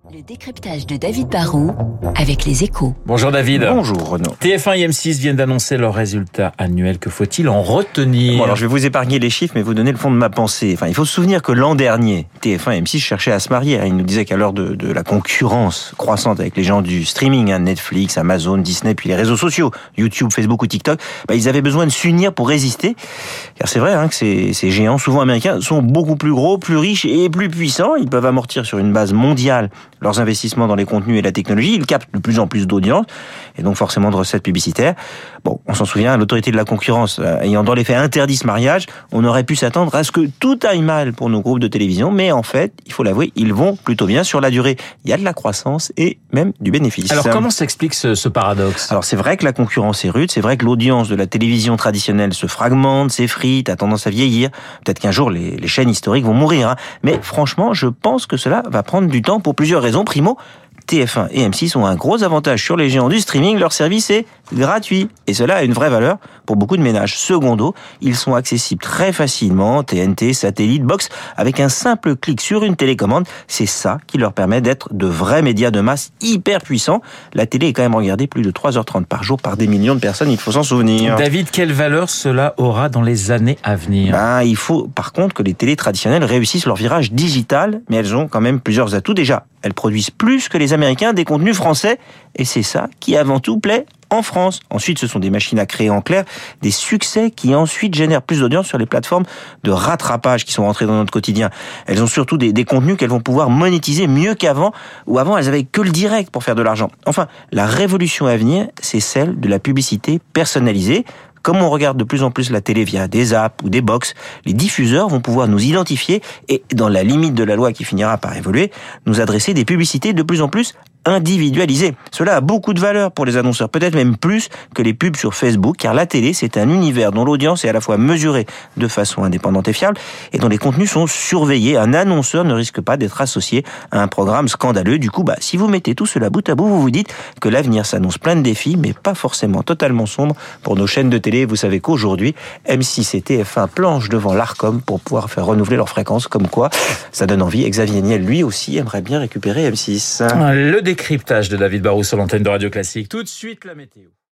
Le décryptage de David Barrault avec Les Échos. Bonjour David. Bonjour Renaud. TF1 et M6 viennent d'annoncer leurs résultats annuels. Que faut-il en retenir ? Bon, alors je vais vous épargner les chiffres, mais vous donner le fond de ma pensée. Il faut se souvenir que l'an dernier, TF1 et M6 cherchaient à se marier. Ils nous disaient qu'à l'heure de la concurrence croissante avec les gens du streaming, Netflix, Amazon, Disney, puis les réseaux sociaux, YouTube, Facebook ou TikTok, ils avaient besoin de s'unir pour résister. Car c'est vrai que ces géants, souvent américains, sont beaucoup plus gros, plus riches et plus puissants. Ils peuvent amortir sur une base mondiale leurs investissements dans les contenus et la technologie. Ils captent de plus en plus d'audience et donc forcément de recettes publicitaires. Bon, on s'en souvient, l'autorité de la concurrence ayant dans les faits interdit ce mariage, on aurait pu s'attendre à ce que tout aille mal pour nos groupes de télévision, mais en fait, il faut l'avouer, ils vont plutôt bien sur la durée. Il y a de la croissance et même du bénéfice. Alors comment s'explique ce paradoxe ? Alors c'est vrai que la concurrence est rude, c'est vrai que l'audience de la télévision traditionnelle se fragmente, s'effrite, a tendance à vieillir. Peut-être qu'un jour les chaînes historiques vont mourir, mais franchement, je pense que cela va prendre du temps pour plusieurs raisons. Primo, TF1 et M6 ont un gros avantage sur les géants du streaming, leur service est gratuit. Et cela a une vraie valeur pour beaucoup de ménages. Secondo, ils sont accessibles très facilement, TNT, satellite, box, avec un simple clic sur une télécommande. C'est ça qui leur permet d'être de vrais médias de masse hyper puissants. La télé est quand même regardée plus de 3h30 par jour par des millions de personnes, il faut s'en souvenir. David, quelle valeur cela aura dans les années à venir ? Il faut par contre que les télés traditionnelles réussissent leur virage digital, mais elles ont quand même plusieurs atouts. Déjà, elles produisent plus que les Américains des contenus français, et c'est ça qui avant tout plaît en France. Ensuite, ce sont des machines à créer en clair des succès qui ensuite génèrent plus d'audience sur les plateformes de rattrapage qui sont rentrées dans notre quotidien. Elles ont surtout des contenus qu'elles vont pouvoir monétiser mieux qu'avant, où avant elles avaient que le direct pour faire de l'argent. Enfin, la révolution à venir, c'est celle de la publicité personnalisée. Comme on regarde de plus en plus la télé via des apps ou des box, les diffuseurs vont pouvoir nous identifier et, dans la limite de la loi qui finira par évoluer, nous adresser des publicités de plus en plus individualisées. Cela a beaucoup de valeur pour les annonceurs, peut-être même plus que les pubs sur Facebook, car la télé, c'est un univers dont l'audience est à la fois mesurée de façon indépendante et fiable, et dont les contenus sont surveillés. Un annonceur ne risque pas d'être associé à un programme scandaleux. Du coup, si vous mettez tout cela bout à bout, vous vous dites que l'avenir s'annonce plein de défis, mais pas forcément totalement sombre pour nos chaînes de télé. Vous savez qu'aujourd'hui, M6 et TF1 planchent devant l'Arcom pour pouvoir faire renouveler leurs fréquences, comme quoi ça donne envie. Xavier Niel, lui aussi, aimerait bien récupérer M6. Le décryptage de David Barrault sur l'antenne de Radio Classique. Tout de suite, la météo.